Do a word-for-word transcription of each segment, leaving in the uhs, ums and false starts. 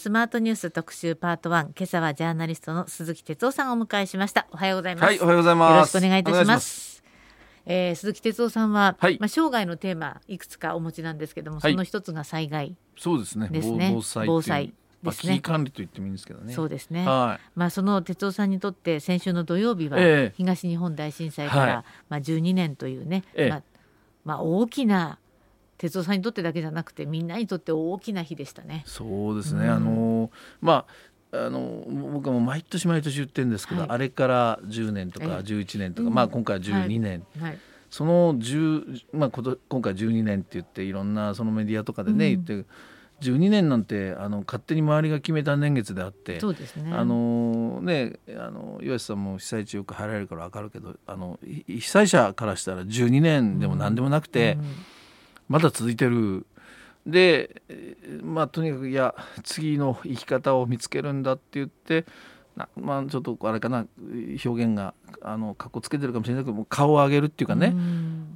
スマートニュース特集パートワン。今朝はジャーナリストの鈴木哲夫さんをお迎えしました。おはようございます。 はい、おはようございます。 よろしくお願いいたします。えー、鈴木哲夫さんは、 はい、 まあ、生涯のテーマいくつかお持ちなんですけども、その一つが災害ですね。 そうですね、防災防災まあ、危機管理と言ってもいいんですけどね。 そうですね、 はい、 まあ、その哲夫さんにとって先週の土曜日は東日本大震災から、えーまあ、じゅうにねんというね、えーまあまあ、大きな哲夫さんにとってだけじゃなくてみんなにとって大きな日でしたね。 そうですね、うん、あのまああの僕はもう毎年毎年言ってるんですけど、はい、あれからじゅうねんとかじゅういちねんとか、えーまあ、今回はじゅうにねん、はいはい、その10、まあ、今回じゅうにねんって言っていろんなそのメディアとかでね、うん、言ってるじゅうにねんなんてあの勝手に周りが決めた年月であって、 そうですね、 あのね、あの岩瀬さんも被災地よく入られるから分かるけど、あの被災者からしたらじゅうにねんでも何でもなくて、うんうん、まだ続いてる。で、まあ、とにかくいや次の生き方を見つけるんだって言ってな、まあ、ちょっとあれかな表現があのかっこつけてるかもしれないけど顔を上げるっていうかね、うん、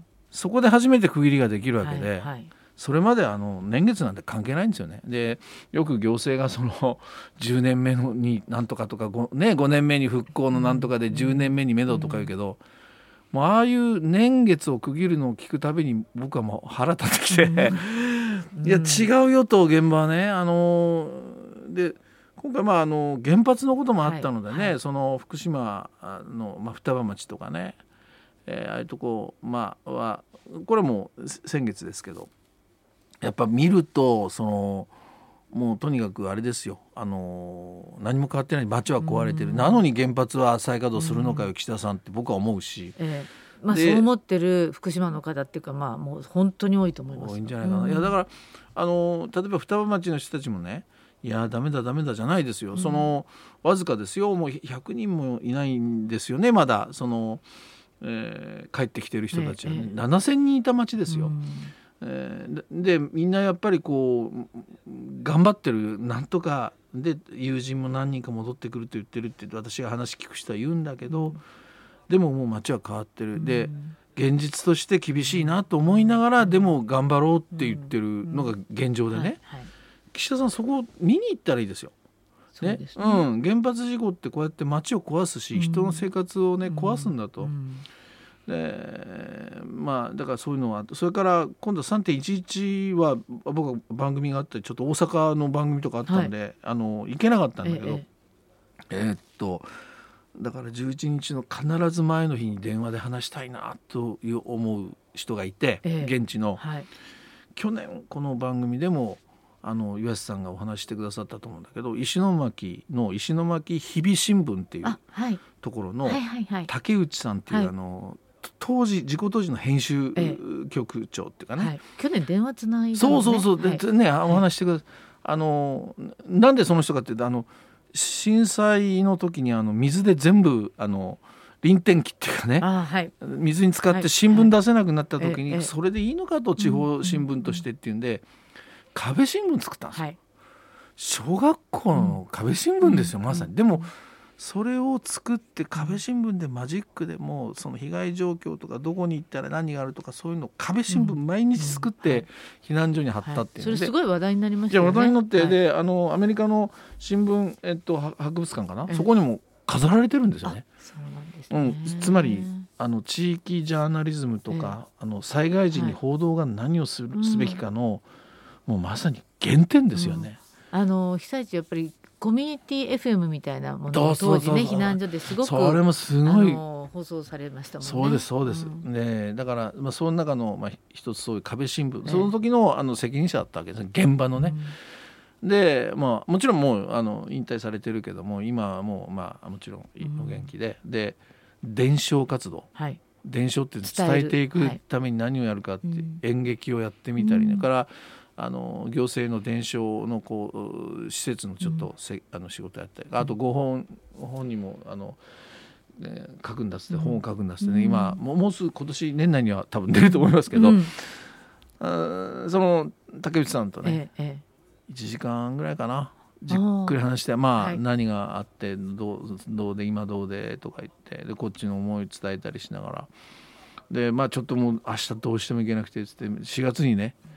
そこで初めて区切りができるわけで、はいはい、それまであの年月なんて関係ないんですよね。でよく行政がそのじゅうねんめになんとかとか 5,、ね、ごねんめに復興のなんとかでじゅうねんめにめどとか言うけど、もうああいう年月を区切るのを聞くたびに僕はもう腹立ってきて、うんいや違うよと現場はね、あので今回まああの原発のこともあったのでね、はいはい、その福島の、まあ、双葉町とかね、えー、ああいうとこ、まあ、はこれも先月ですけどやっぱ見るとそのもうとにかくあれですよ、あの何も変わってない町は壊れてる、なのに原発は再稼働するのかよ岸田さんって僕は思うし、ええまあ、そう思ってる福島の方っていうか、まあ、もう本当に多いと思います。 多いんじゃないかな、うん、いやだからあの例えば双葉町の人たちもね、いやダメだダメだじゃないですよ、うん、そのわずかですよ、もうひゃくにんもいないんですよねまだその、えー、帰ってきてる人たちは、ねええ、ななせんにんいた町ですよ、うんえー、でみんなやっぱりこう頑張ってる、なんとかで友人も何人か戻ってくると言ってるって私が話聞く人は言うんだけど、うんでももう街は変わってる、うん、で現実として厳しいなと思いながら、うん、でも頑張ろうって言ってるのが現状でね、うんはいはい、岸田さんそこを見に行ったらいいですよ、ねねうん、原発事故ってこうやって街を壊すし、うん、人の生活を、ね、壊すんだと、うんでまあ、だからそういうのはそれから今度 さんてんいちいち は僕は番組があってちょっと大阪の番組とかあったんで、はい、あの行けなかったんだけど、えええー、っとだからじゅういちにちの必ず前の日に電話で話したいなという思う人がいて、ええ、現地の、はい、去年この番組でもあの岩瀬さんがお話してくださったと思うんだけど、石巻の石巻日々新聞っていうところの竹内さんっていう、はい、あの当時事故当時の編集局長っていうかね、はい、 去年電話つないだのね、 そうそうそう、はい、でねお話してください、あのなんでその人かっていうとあの震災の時にあの水で全部あの輪転機っていうかね、はい、水に浸かって新聞出せなくなった時に、はい、それでいいのかと地方新聞としてっていうんで、うん、壁新聞作ったんですよ、はい、小学校の壁新聞ですよ、うん、まさに、うん、でもそれを作って壁新聞でマジックでもうその被害状況とかどこに行ったら何があるとかそういうのを壁新聞毎日作って避難所に貼ったっていうので、 はい、それすごい話題になりましたよね。 話題になって、はい、であのアメリカの新聞、えっと、博物館かな、そこにも飾られてるんですよね。 そうなんですね、 うん、つまりあの地域ジャーナリズムとか、あの災害時に報道が何をする、はい、すべきかの、もうまさに原点ですよね、 うん、あの被災地やっぱりコミュニティ エフエム みたいなものを当時ね避難所ですごくそれもすごい放送されましたもんね。 そうですそうです、うん、ね、だから、まあ、その中の、まあ、一つそういう壁新聞、えー、その時 の, あの責任者だったわけですね、現場のね、うん、で、まあ、もちろんもうあの引退されてるけども今はもう、まあ、もちろんお元気で、うん、で伝承活動、はい、伝承って伝えていくために何をやるかって、はい、演劇をやってみたり、ね、うん、からあの行政の伝承のこう施設のちょっとせ、うん、あの仕事やったり、あとごほん本にもあの、ね、書くんだっつって、うん、本を書くんだっつってね、うん、今もう、もうすぐ今年年内には多分出ると思いますけど、うん、あその竹内さんとね、ええ、いちじかんぐらいかなじっくり話して、まあ、はい、何があってどう、どうで今どうでとか言って、でこっちの思い伝えたりしながらで、まあ、ちょっともう明日どうしてもいけなくてつってしがつにね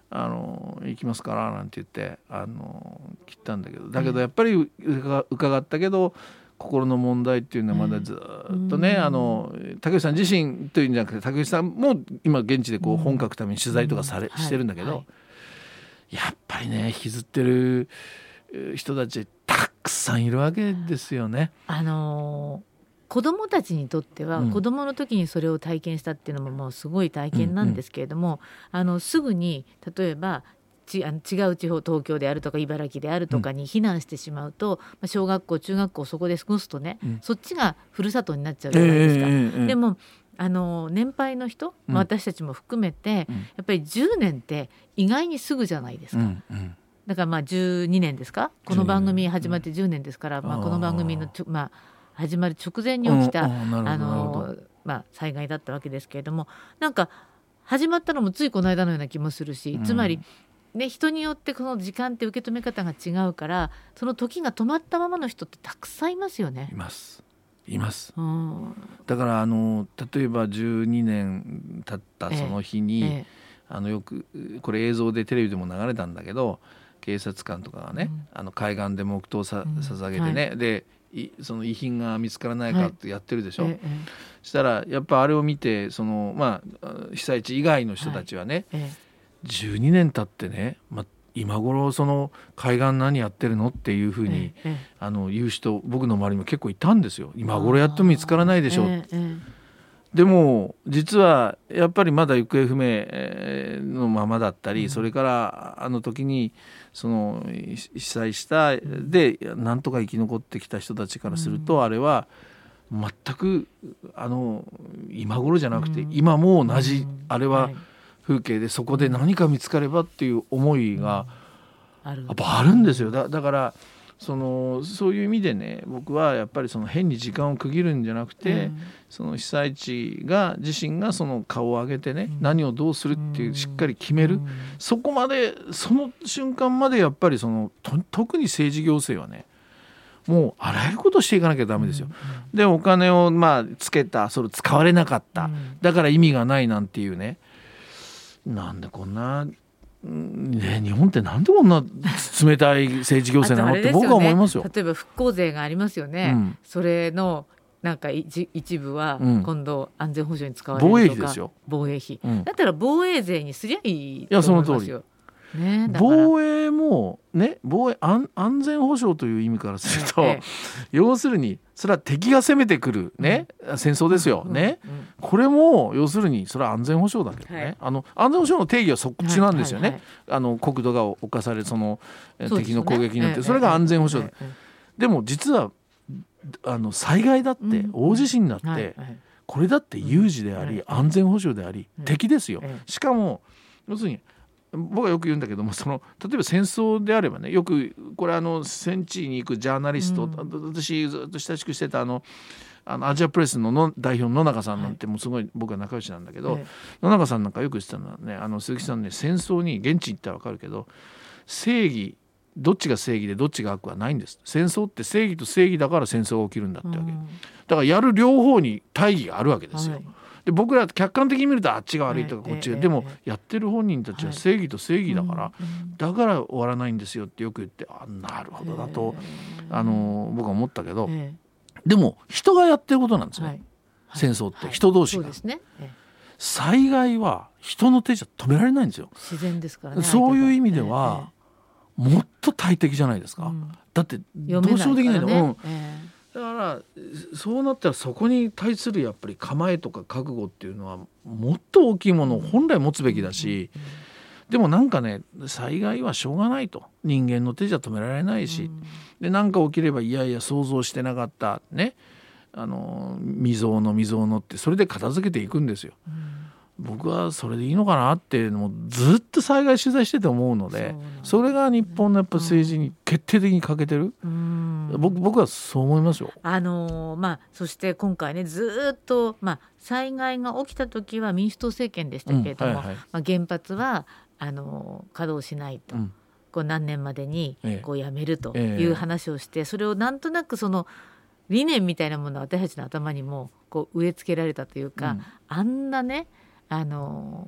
あの行きますからなんて言ってあの切ったんだけど、だけどやっぱり伺ったけど心の問題っていうのはまだずっとね、うん、あの竹内さん自身というんじゃなくて竹内さんも今現地でこう本格ために取材とかされ、うん、してるんだけど、はいはい、やっぱりね引きずってる人たちたくさんいるわけですよね。 あのー子どもたちにとっては、うん、子どもの時にそれを体験したっていうのももうすごい体験なんですけれども、うんうん、あのすぐに例えばちあの違う地方東京であるとか茨城であるとかに避難してしまうと、うんまあ、小学校中学校そこで過ごすとね、うん、そっちがふるさとになっちゃうじゃないですか、えーえー、でもあの年配の人、うん、私たちも含めて、うん、やっぱりじゅうねんって意外にすぐじゃないですか、うんうんだからまあじゅうにねんですかこの番組始まってじゅうねんですから、うんまあ、この番組のちょ、まあ始まる直前に起きた、うん、あの、まあ、災害だったわけですけれどもなんか始まったのもついこの間のような気もするし、うん、つまり、ね、人によってこの時間って受け止め方が違うからその時が止まったままの人ってたくさんいますよね。 いますいます、うん、だからあの例えばじゅうにねん経ったその日に、えええ、あのよくこれ映像でテレビでも流れたんだけど警察官とかがね、うん、あの海岸で黙祷さ、うん、捧げてね、はい、でその遺品が見つからないかってやってるでしょ、はいええ、したらやっぱあれを見てその、まあ、被災地以外の人たちはね、はいええ、じゅうにねん経ってね、まあ、今頃その海岸何やってるのっていうふうに、ええ、あの言う人僕の周りも結構いたんですよ。今頃やっと見つからないでしょ、ええ、でも実はやっぱりまだ行方不明のままだったり、うん、それからあの時にその被災したでなんとか生き残ってきた人たちからすると、うん、あれは全くあの今頃じゃなくて、うん、今も同じ、うん、あれは風景でそこで何か見つかればっていう思いがやっぱあるんですよ。だ、だからそのそういう意味でね僕はやっぱりその変に時間を区切るんじゃなくて、うん、その被災地が自身がその顔を上げてね、うん、何をどうするっていうしっかり決める、うん、そこまでその瞬間までやっぱりそのと特に政治行政はねもうあらゆることをしていかなきゃダメですよ、うん、でお金をまあつけたそれ使われなかった、うん、だから意味がないなんていうねなんでこんなね、日本ってなんでこんな冷たい政治行政なのって僕は思いますよ。 例えば復興税がありますよね、うん、それのなんか一, 一部は今度安全保障に使われるとか、 防衛費ですよ防衛費、うん、だったら防衛税にすりゃいいと思いますよ。ね、防衛も、ね、防衛 安, 安全保障という意味からすると、ええ、要するにそれは敵が攻めてくる、ねうん、戦争ですよ、うんねうん、これも要するにそれは安全保障だけどね、はい、あの安全保障の定義はそっちなんですよね、はいはいはい、あの国土が侵されその敵の攻撃によって そ,、ね、それが安全保障だ、ええええ、でも実はあの災害だって、うん、大地震だって、うんはいはい、これだって有事であり、うんはい、安全保障であり、うん、敵ですよ、ええ、しかも要するに僕はよく言うんだけどもその例えば戦争であればねよくこれあの戦地に行くジャーナリスト、うん、私ずっと親しくしてたあのあのアジアプレス の, の代表の野中さんなんてもうすごい僕は仲良しなんだけど、はい、野中さんなんかよく言ってたのはねあの鈴木さんね戦争に現地行ったら分かるけど正義どっちが正義でどっちが悪はないんです。戦争って正義と正義だから戦争が起きるんだってわけ、うん、だからやる両方に大義があるわけですよ、はい、で僕ら客観的に見るとあっちが悪いとかこっちが、はい、でもやってる本人たちは正義と正義だから、はい、だから終わらないんですよってよく言ってあなるほどだとあの僕は思ったけどでも人がやってることなんですね、はいはい、戦争って人同士が、はいそうですね、災害は人の手じゃ止められないんですよ。 自然ですからね。 そういう意味では、えー、もっと大敵じゃないですか、うん、だってどうしようもできないの、ねうんえー、だからそうなったらそこに対するやっぱり構えとか覚悟っていうのはもっと大きいものを本来持つべきだし、うんうんうん、でもなんかね災害はしょうがないと人間の手じゃ止められないし、うん、でなんか起きればいやいや想像してなかったねあの未曾有の未曾有のってそれで片付けていくんですよ、うん、僕はそれでいいのかなってもうずっと災害取材してて思うので そ, それが日本のやっぱ政治に決定的に欠けてる、うん、僕, 僕はそう思いますよ。 あのーまあ、そして今回ねずっと、まあ、災害が起きた時は民主党政権でしたけれども、うんはいはいまあ、原発はあのー稼働しないと、うん、こう何年までにこうやめるという話をして、ええ、それをなんとなくその理念みたいなものは私たちの頭にもこう植え付けられたというか、うん、あんなねあの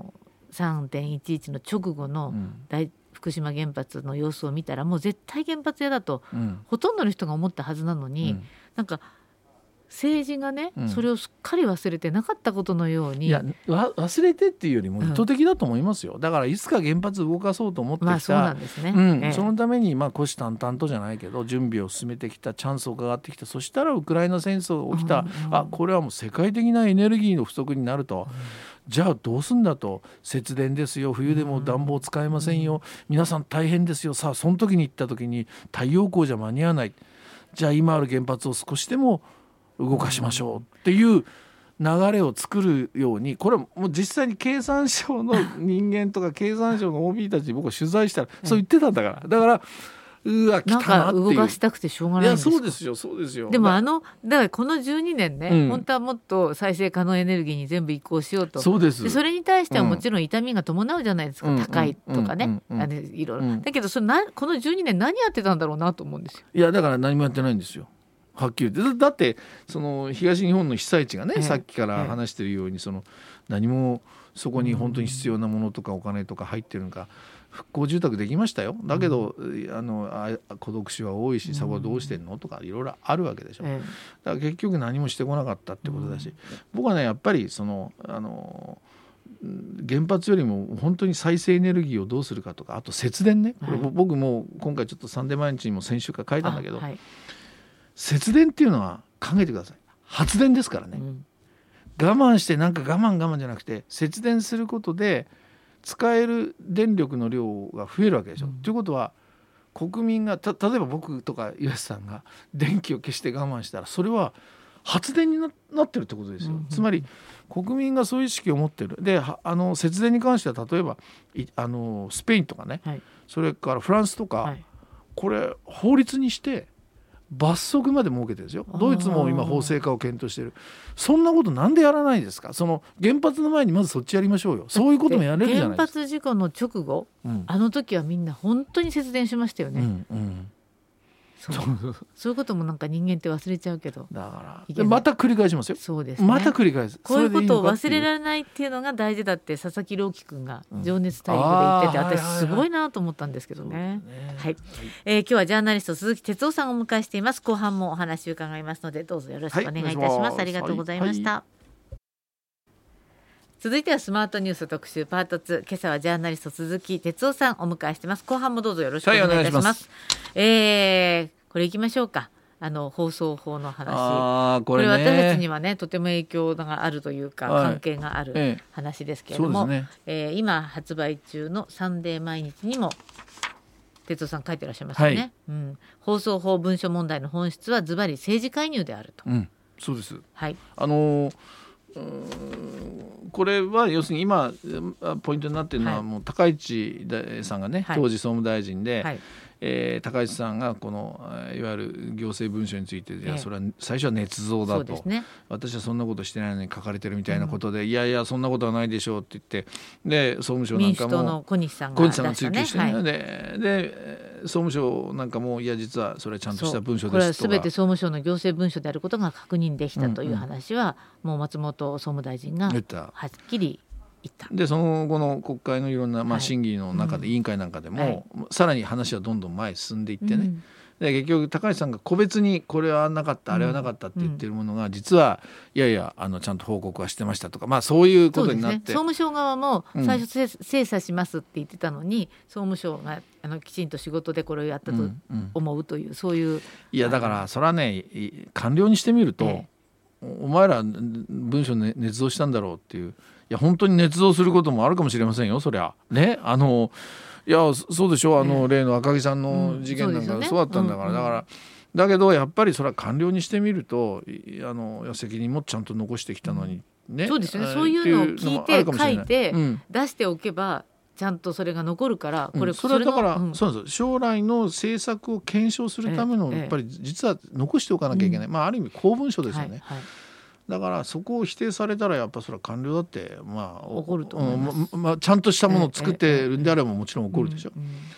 さんてんいちいちの直後の大福島原発の様子を見たらもう絶対原発嫌だと、うん、ほとんどの人が思ったはずなのに、うん、なんか政治がね、うん、それをすっかり忘れてなかったことのように。 いや忘れてっていうよりも意図的だと思いますよ、うん、だからいつか原発動かそうと思ってきた、まあそうなんですね、うんええ、そのためにまあ虎視眈々とじゃないけど準備を進めてきた、チャンスを伺ってきた。そしたらウクライナ戦争が起きた、うんうん、あこれはもう世界的なエネルギーの不足になると、うん、じゃあどうすんだと、節電ですよ、冬でも暖房使えませんよ、うん、皆さん大変ですよ、さあその時に行った時に太陽光じゃ間に合わない、じゃあ今ある原発を少しでも動かしましょうっていう流れを作るように、これはもう実際に経産省の人間とか経産省の オービー たち僕は取材したらそう言ってたんだから、だからうわ来たなっていう、なんか動かしたくてしょうがないんですか。 いやそうですよそうですよ。 でもあのだからこのじゅうにねんね、うん、本当はもっと再生可能エネルギーに全部移行しようと。 そうです。 でそれに対してはもちろん痛みが伴うじゃないですか、うん、高いとかね、うんうん、あれいろいろ、うん、だけどそれなこのじゅうにねん何やってたんだろうなと思うんですよ。 いやだから何もやってないんですよ、はっきり言って。だってその東日本の被災地がね、ええ、さっきから話しているようにその何もそこに本当に必要なものとかお金とか入ってるのか、復興住宅できましたよ、だけど、うん、あのあ孤独死は多いし、そこはどうしてんのとかいろいろあるわけでしょ、ええ、だから結局何もしてこなかったってことだし、うん、僕はねやっぱりそのあの原発よりも本当に再生エネルギーをどうするかとか、あと節電ね、これ僕も今回ちょっとサンデー毎日にも先週から書いたんだけど、はい、節電っていうのは考えてください、発電ですからね、うん、我慢してなんか我慢我慢じゃなくて節電することで使える電力の量が増えるわけでしょ、うん、ということは国民がた例えば僕とか岩瀬さんが電気を消して我慢したらそれは発電に な, なってるってことですよ、うんうん、つまり国民がそういう意識を持ってる。であの節電に関しては例えばあのスペインとかね、はい、それからフランスとか、はい、これ法律にして罰則まで設けてるんですよ。ドイツも今法制化を検討している。そんなことなんでやらないですか。その原発の前にまずそっちやりましょうよ。そういうこともやれるじゃないですか。 原発事故の直後、うん、あの時はみんな本当に節電しましたよね、うんうん、そうそういうこともなんか人間って忘れちゃうけど、 だからでまた繰り返しますよ。 そうですね、 また繰り返す。 こういうことを忘れられないっていうのが大事だって佐々木朗希君が情熱大陸で言ってて、うん、私すごいなと思ったんですけどね。はい、えー、今日はジャーナリスト鈴木哲夫さんをお迎えしています。後半もお話を伺いますのでどうぞよろしくお願いいたします、はい、ありがとうございました、はいはい、続いてはスマートニュース特集パートツー。今朝はジャーナリスト鈴木哲夫さんお迎えしています。後半もどうぞよろしくお願いいたします、はい、お願いします。えーこれいきましょうか。あの放送法の話、あ こ, れ、ね、これ私たちにはねとても影響があるというか、はい、関係がある話ですけれども、ええねえー、今発売中のサンデー毎日にも哲夫さん書いてらっしゃいますよね、はいうん、放送法文書問題の本質はズバリ政治介入であると、うん、 そうです、 はい、 あのーうーんこれは要するに今ポイントになっているのは、はい、もう高市さんがね、はい、当時総務大臣で、はいえー、高市さんがこのいわゆる行政文書について、いやそれは最初は捏造だと、ね、私はそんなことしてないのに書かれてるみたいなことで、うん、いやいやそんなことはないでしょうって言って、で総務省なんかも民主党の小西さんが出したね、 追及してね、はい、で, で総務省なんかもいや実はそれはちゃんとした文書ですとか、 これは全て総務省の行政文書であることが確認できたという話は、うんうん、もう松本総務大臣がはっきりでその後の国会のいろんな、まあ、審議の中で、はい、委員会なんかでも、はい、さらに話はどんどん前へ進んでいってね、うん、で結局高市さんが個別にこれはなかったあれはなかったって言ってるものが、うん、実はいやいやあのちゃんと報告はしてましたとか、まあ、そういうことになって、ね、 総務省側も最初、うん、精査しますって言ってたのに総務省があのきちんと仕事でこれをやったと思うという、うんうん、そういういやだからそれはね官僚にしてみると、ええ、お前ら文書ね捏造したんだろうっていう、いや本当に捏造することもあるかもしれませんよそりゃね。あのいやそうでしょう、あの、えー、例の赤木さんの事件なんかそうだったんだから、うんねうんうん、だからだけどやっぱりそれは官僚にしてみるとあの責任もちゃんと残してきたのにね、 うん、そうですよね、そういうのを聞いて書いて、うん、出しておけばちゃんとそれが残るからこれ、うん、それはだから、うん、そうなんです。 将来の政策を検証するためのやっぱり実は残しておかなきゃいけない、うんまあ、ある意味公文書ですよね、はいはい、だからそこを否定されたらやっぱそれは官僚だってまあ怒ると思います、 うんままあ、ちゃんとしたものを作ってるんであればもちろん怒るでしょ、うんうんうん、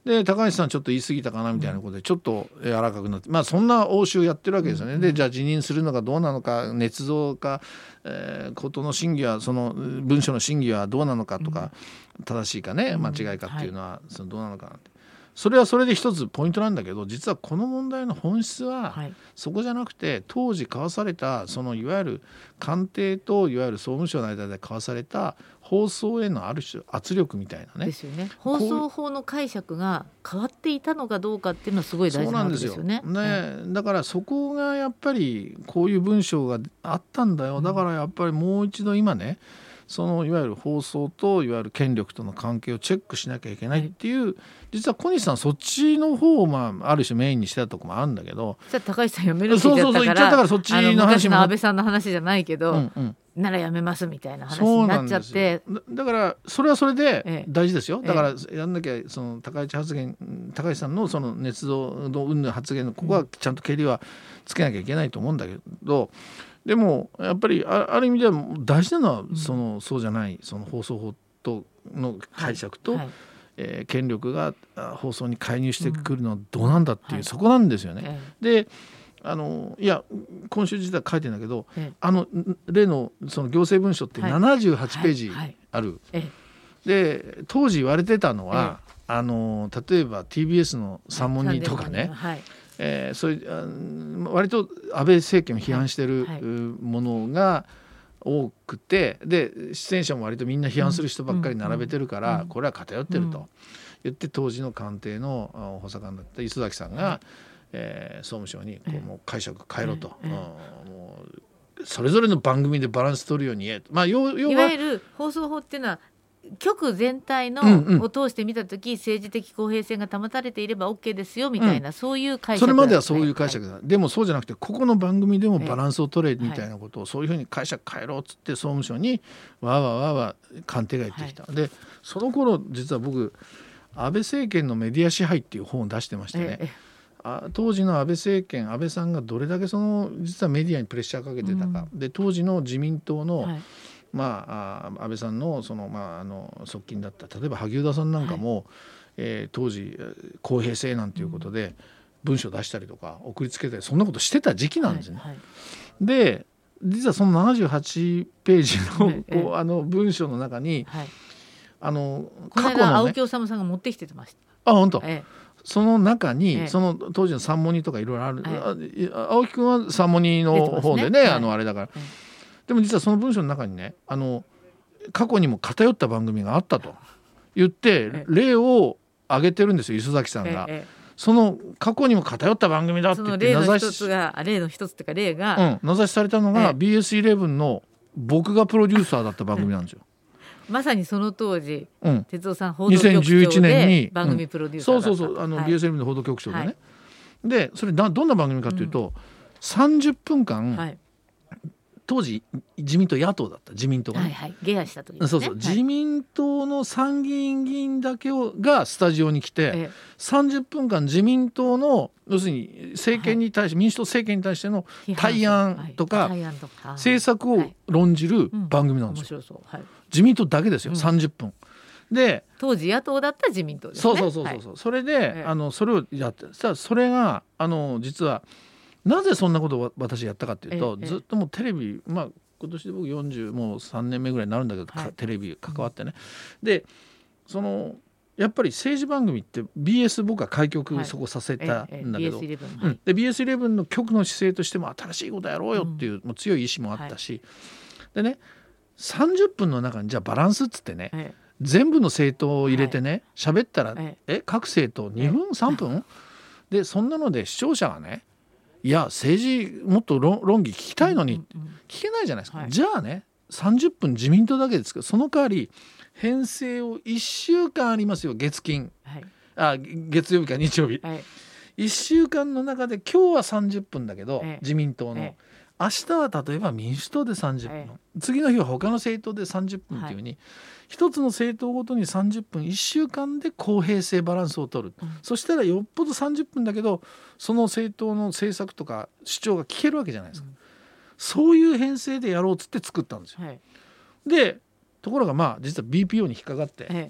で高橋さんちょっと言い過ぎたかなみたいなことでちょっと柔らかくなって、まあそんな応酬やってるわけですよね。でじゃあ辞任するのかどうなのか、捏造か、えー、ことの真偽は、その文書の真偽はどうなのかとか、正しいかね間違いかっていうのはそのどうなのかなって、それはそれで一つポイントなんだけど、実はこの問題の本質はそこじゃなくて、当時交わされたそのいわゆる官邸といわゆる総務省の間で交わされた放送へのある種圧力みたいなね。 ですよね。放送法の解釈が変わっていたのかどうかっていうのはすごい大事なんですよね。そうなんですよね。だからそこがやっぱりこういう文章があったんだよ。だからやっぱりもう一度今ね、そのいわゆる放送といわゆる権力との関係をチェックしなきゃいけないっていう、はい、実は小西さんそっちの方を、まあ、ある種メインにしてたところもあるんだけど、 じゃあ高橋さんやめるって言っちゃったから、そうそうそう言っちゃったから、そっちの話も昔の安倍さんの話じゃないけど、うんうん、ならやめますみたいな話になっちゃって、 だ, だからそれはそれで大事ですよ、ええ、だからやんなきゃ、その高市発言、高市さんのその捏造の云々発言のここはちゃんとけりはつけなきゃいけないと思うんだけど、でもやっぱり あ, ある意味では大事なのはその、うん、そうじゃないその放送法との解釈と、はいはい、えー、権力が放送に介入してくるのはどうなんだっていう、うん、そこなんですよね、はい、であのいや今週自体書いてるんだけど、ええ、あの例のその行政文書ってななじゅうはちページある、はいはい、で当時言われてたのは、ええ、あの例えば ティービーエス のサンモニとかね、はい、えー、そういう割と安倍政権を批判してるものが多くて、で出演者も割とみんな批判する人ばっかり並べてるから、うんうん、これは偏ってると言って、当時の官邸の補佐官だった磯崎さんが、はい、えー、総務省にこうもう解釈変えろと、うんうん、もうそれぞれの番組でバランス取るように言えと、まあ、要要はいわゆる放送法っていうのは局全体の、うんうん、を通して見たとき政治的公平性が保たれていれば OK ですよみたいな、うん、そういう解釈、 それまではそういう解釈だ、はい、でもそうじゃなくてここの番組でもバランスを取れみたいなことを、はい、そういうふうに解釈変えろっつって総務省にわーわーわーわー官邸が言ってきた、はい、でその頃実は僕安倍政権のメディア支配っていう本を出してましてね、あ当時の安倍政権、安倍さんがどれだけその実はメディアにプレッシャーかけてたか、うん、で当時の自民党の、はい、まあ、あ安倍さん の, その、まあ、あの側近だった例えば萩生田さんなんかも、はい、えー、当時公平性なんていうことで文書出したりとか送りつけたり、そんなことしてた時期なんですね、はいはい、で実はそのななじゅうはちページ の,、はい、こうあの文書の中に、はい、あのこの間青木治さんが持ってきてました。 あ本当、ええ、その中に、ええ、その当時のサンモニとかいろいろある、ええ、青木くんはサンモニの方で ね, ね、はい、あのあれだから、ええ、でも実はその文章の中にね、あの過去にも偏った番組があったと言って例を挙げてるんですよ磯崎さんが、ええ、その過去にも偏った番組だって言って名指し、その例の一つが例の一つっていうか例が、 うん、名指しされたのが ビーエスイレブン の僕がプロデューサーだった番組なんですよまさにその当時、うん、哲夫さん報道局長で番組プロデューサーだった、うん、そうそうそう、あの、はい、ビーエスイレブン の報道局長でね、はい、でそれどんな番組かというと、うん、さんじゅっぷんかん、はい、当時自民党野党だった自民党が、ね、はいはい、 下野した時ですね、 そうそう、はい、自民党の参議院議員だけをがスタジオに来て、ええ、さんじゅっぷんかん自民党の要するに政権に対して、はい、民主党政権に対しての対案とか、はい、政策を論じる番組なんですよ、うん、面白そう、はい、自民党だけですよ、うん、さんじゅっぷんで当時野党だった自民党ですね、 そうそうそうそう、はい、それで、ええ、あのそれをやってさそれがあの実はなぜそんなことを私やったかというと、ええ、ずっともうテレビ、まあ、今年で僕よんじゅうもうさんねんめぐらいになるんだけど、はい、テレビ関わってね、うん、でそのやっぱり政治番組って ビーエス 僕は開局そこさせたんだけど、はい、ええええ ビーエスイレブン、はい、で ビーエスイレブン の局の姿勢としても新しいことやろうよっていう、うん、もう強い意志もあったし、はい、でねさんじゅっぷんの中にじゃあバランスっつってね、ええ、全部の政党を入れてね喋、はい、ったら、ええ、各政党にふん、さんぷんでそんなので視聴者がねいや政治もっと 論, 論議聞きたいのに、うんうんうん、聞けないじゃないですか、はい、じゃあねさんじゅっぷん自民党だけですけどその代わり編成をいっしゅうかんありますよ月金、はい、あ月曜日か日曜日、はい、いっしゅうかんの中で今日はさんじゅっぷんだけど、ええ、自民党の、ええ、明日は例えば民主党でさんじゅっぷん、ええ、次の日は他の政党でさんじゅっぷんっていう風に、はい、一つの政党ごとにさんじゅっぷんいっしゅうかんで公平性バランスを取る、うん、そしたらよっぽどさんじゅっぷんだけどその政党の政策とか主張が聞けるわけじゃないですか、うん、そういう編成でやろうっつって作ったんですよ、はい、でところがまあ実は ビーピーオー に引っかかって、ええ、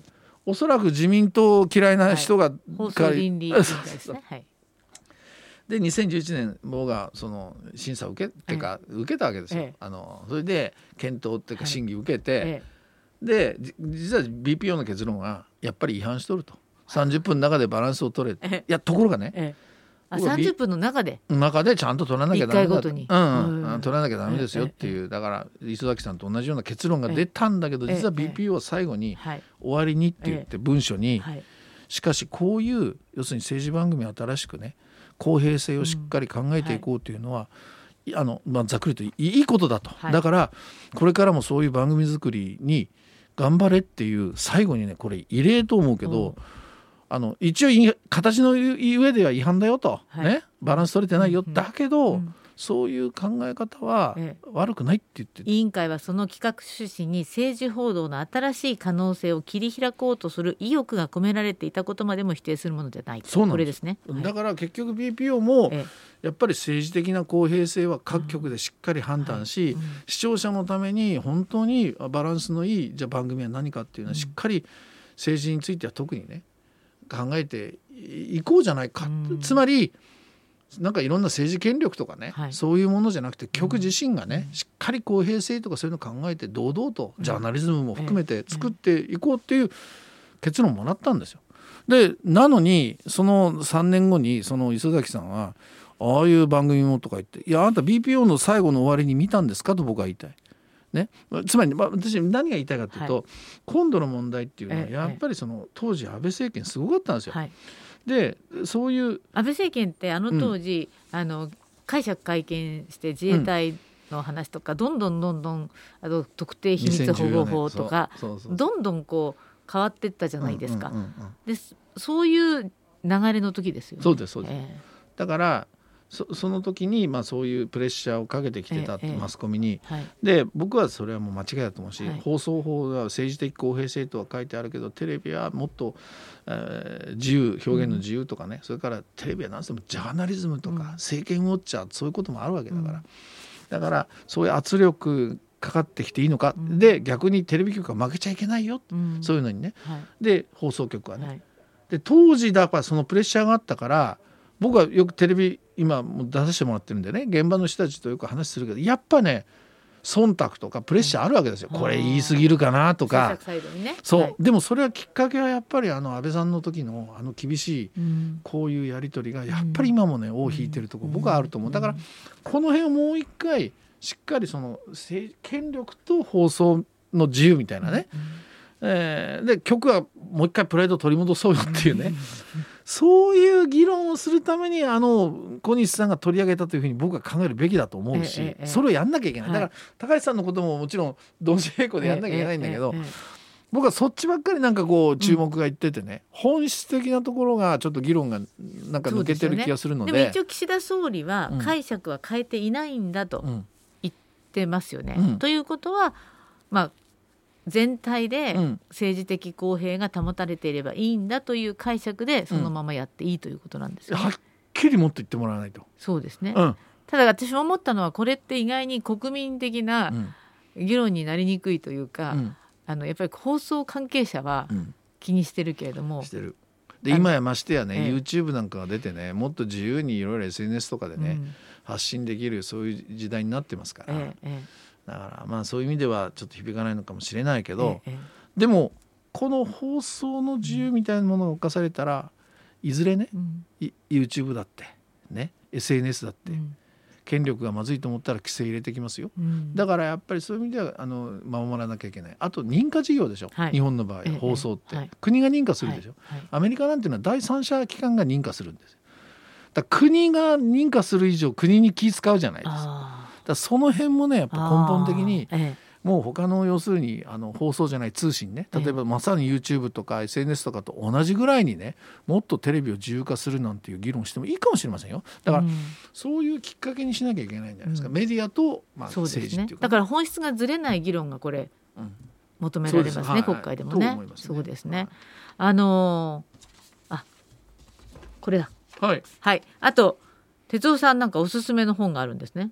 おそらく自民党嫌いな人が、 はい、放送倫理委員会ですね。はい、 でにせんじゅういちねん僕がその審査を受けてか、ええ、受けたわけですよ、ええ、あのそれで検討っていうか審議受けて、はい、ええ、で実は ビーピーオー の結論はやっぱり違反しとると、さんじゅっぷんの中でバランスを取れ、ええ、いやところがね、ええ、 あさんじゅっぷんの中で中でちゃんと取らなきゃダメだ、いっかいごとに、うんうん、取らなきゃダメですよっていう、だから磯崎さんと同じような結論が出たんだけど、実は ビーピーオー は最後に終わりにって言って文書に、しかしこういう要するに政治番組を新しくね公平性をしっかり考えていこうというのは、うん、はい、あのまあ、ざっくりといいことだと、はい、だからこれからもそういう番組作りに頑張れっていう最後にねこれ異例と思うけど、うん、あの一応形の上では違反だよと、はい、ね、バランス取れてないよ、うんうん、だけど、うん、そういう考え方は悪くないって言って、 委員会はその企画趣旨に政治報道の新しい可能性を切り開こうとする意欲が込められていたことまでも否定するものじゃない。 そうなんです。 これですね、 はい、だから結局 ビーピーオー もやっぱり政治的な公平性は各局でしっかり判断し、うんはい、うん、視聴者のために本当にバランスのいいじゃあ番組は何かっていうのはしっかり政治については特にね考えていこうじゃないか、うん、つまりなんかいろんな政治権力とかね、はい、そういうものじゃなくて局自身がね、うん、しっかり公平性とかそういうのを考えて堂々とジャーナリズムも含めて作っていこうっていう結論をもらったんですよ。でなのにそのさんねんごにその磯崎さんはああいう番組もとか言って、いやあなた ビーピーオー の最後の終わりに見たんですかと僕は言いたいね、つまり、まあ、私何が言いたいかというと、はい、今度の問題っていうのはやっぱりその当時安倍政権すごかったんですよ、はい、でそういう安倍政権ってあの当時、うん、あの解釈会見して自衛隊の話とか、うん、どんどんどんどんあの特定秘密保護法とかそうそうそうどんどんこう変わっていったじゃないですか、うんうんうんうん、でそういう流れの時ですよね。 そうですそうです、えー、だからそ, その時にまあそういうプレッシャーをかけてきてたって、ええ、マスコミに、はい、で僕はそれはもう間違いだと思うし、はい、放送法は政治的公平性とは書いてあるけどテレビはもっと、えー、自由表現の自由とかね、うん、それからテレビは何でもジャーナリズムとか、うん、政権ウォッチャーそういうこともあるわけだから、うん、だからそういう圧力かかってきていいのか、うん、で逆にテレビ局は負けちゃいけないよ、うん、そういうのにね、はい、で放送局はね、はい、で当時だからそのプレッシャーがあったから僕はよくテレビ今も出させてもらってるんでね現場の人たちとよく話するけどやっぱね忖度とかプレッシャーあるわけですよ、うん、これ言い過ぎるかなとか、ね、そう、はい、でもそれはきっかけはやっぱりあの安倍さんの時のあの厳しいこういうやり取りがやっぱり今もね尾を引いてるところ、うん、僕はあると思う。だからこの辺をもう一回しっかりその権力と放送の自由みたいなね、うん、えー、で局はもう一回プライドを取り戻そうよっていうね、うん、そういう議論をするためにあの小西さんが取り上げたというふうに僕は考えるべきだと思うし、えええ、それをやんなきゃいけない、はい、だから高橋さんのことももちろん同時並行でやんなきゃいけないんだけど、ええええ、僕はそっちばっかりなんかこう注目がいっててね、うん、本質的なところがちょっと議論がなんか抜けてる気がするの で, で, ね、でも一応岸田総理は解釈は変えていないんだと言ってますよね、うん、ということはまあ全体で政治的公平が保たれていればいいんだという解釈でそのままやっていいということなんですよね、 うん、はっきりもっと言ってもらわないと。 そうですね、うん、ただ私も思ったのはこれって意外に国民的な議論になりにくいというか、うん、あのやっぱり放送関係者は気にしてるけれども、うん、してる。 で今やましてやね、ええ、YouTube なんかが出てねもっと自由にいろいろ エスエヌエス とかでね、うん、発信できるそういう時代になってますから、ええ、だからまあそういう意味ではちょっと響かないのかもしれないけど、ええ、でもこの放送の自由みたいなものが侵されたらいずれね、うん、YouTube だってね エスエヌエス だって、うん、権力がまずいと思ったら規制入れてきますよ、うん、だからやっぱりそういう意味ではあの守らなきゃいけない。あと認可事業でしょ、はい、日本の場合、ええ、放送って、はい、国が認可するでしょ、はいはい、アメリカなんていうのは第三者機関が認可するんです。だから国が認可する以上国に気使うじゃないですか。だその辺もねやっぱ根本的にもう他の要するにあの放送じゃない通信ね、例えばまさに YouTube とか エスエヌエス とかと同じぐらいにねもっとテレビを自由化するなんていう議論してもいいかもしれませんよ。だからそういうきっかけにしなきゃいけないんじゃないですか、うん、メディアと、まあ、政治っていうか、ね、 だから本質がずれない議論がこれ、うん、求められますね、はい、国会でもね。そうですね、はい、あのー、あこれだ、 はい、 はい、あと哲夫さんなんかおすすめの本があるんですね。 はい、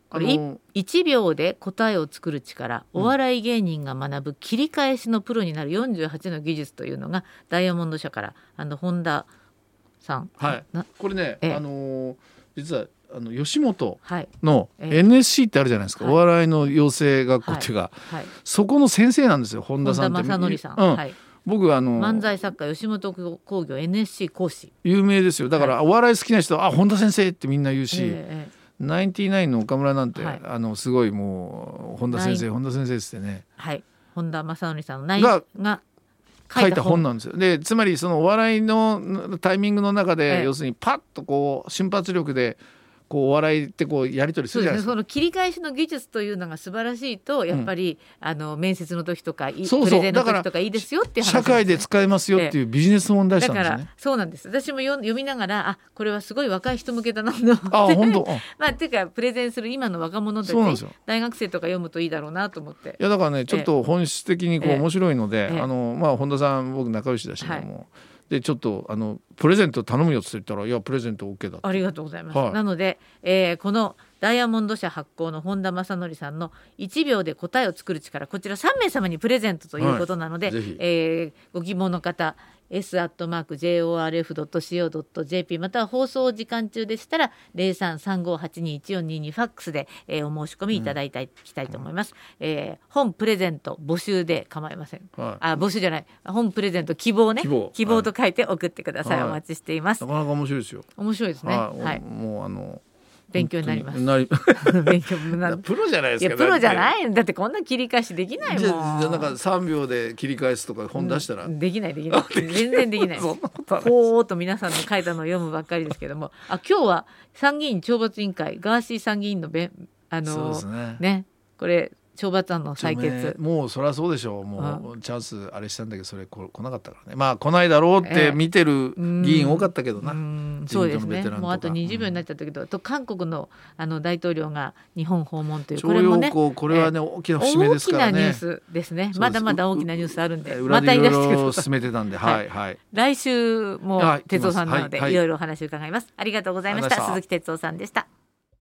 これいちびょうで答えを作る力、お笑い芸人が学ぶ切り返しのプロになるよんじゅうはちの技術というのがダイヤモンド社からあの本田さん、 はい、これね、あのー、実はあの吉本の エヌエスシー ってあるじゃないですか、はい、お笑いの養成学校っていうか、はいはい、そこの先生なんですよ、本田さんって。 本田正則さん、 うん、 はい、 僕あの漫才作家吉本興業 エヌエスシー 講師有名ですよ。だからお笑い好きな人は、あ、本田先生ってみんな言うし、えーナインティナインの岡村なんて、はい、あのすごいもう本田先生本田先生ですってね、 はい、本田正則さんのナインがが書いた本なんですよ。でつまりそのお笑いのタイミングの中で、ええ、要するにパッとこう瞬発力でこうお笑いってこうやり取りするじゃないですか。 そうですね、その切り返しの技術というのが素晴らしいとやっぱり、うん、あの面接の時とかそうそうプレゼンの時とかいいですよっていう話、 社会で使えますよっていうビジネス問題したんですね。 だからそうなんです。私も読みながら、あ、これはすごい若い人向けだなと思って、 あ、本当まあ、っていうかプレゼンする今の若者たち、大学生とか読むといいだろうなと思って。 いやだからね、ちょっと本質的にこう面白いので、あの、まあ、本田さん僕仲良しだし、ね、はい、もうでちょっとあのプレゼント頼むよって言ったら、いやプレゼント OK だって。 ありがとうございます、 はい、 なので、えー、このダイヤモンド社発行の本田正則さんのいちびょうで答えを作る力、こちらさんめい様にプレゼントということなので、はい、えー、ご希望の方 エス アットマーク ジェイオーアールエフ ドット シーオー ドット ジェーピー または放送時間中でしたら ゼロさん さんごはちに いちよんにに ファックスで、えー、お申し込みいただいたい、きたいと思います、うん、えー、本プレゼント募集で構いません、はい、あ、募集じゃない、本プレゼント希望ね、希望、希望と書いて送ってください、はい、お待ちしています。 なかなか面白いですよ。 面白いですね、 はい、 はい、 もうあの勉強になります。 なり勉強なプロじゃないですか。 いやプロじゃない、だってこんな切り返しできないもん。 じゃあなんかさんびょうで切り返すとか本出したら、うん、 できないできない全然できないこうと皆さんの書いたのを読むばっかりですけども、あ、今日は参議院懲罰委員会ガーシー参議院のべあのそうですね、 ね、これ懲罰案の採決、 もうそりゃそうでしょう。もうチャンスあれしたんだけどそれ来なかったからね。まあ来ないだろうって見てる議員多かったけどな、えー、うんそうですね。もうあとにじゅうびょうになっちゃったけど、うん、と韓国 の, あの大統領が日本訪問という、これもね、 これはね、えー、大きな節目ですからね。 大きなニュースですね。まだまだ大きなニュースあるんで、 またいろいろ進めてたんで、はいはい、 来週も哲夫さんなので、はいはい、いろいろお話を伺います。ありがとうございました。鈴木哲夫さんでした。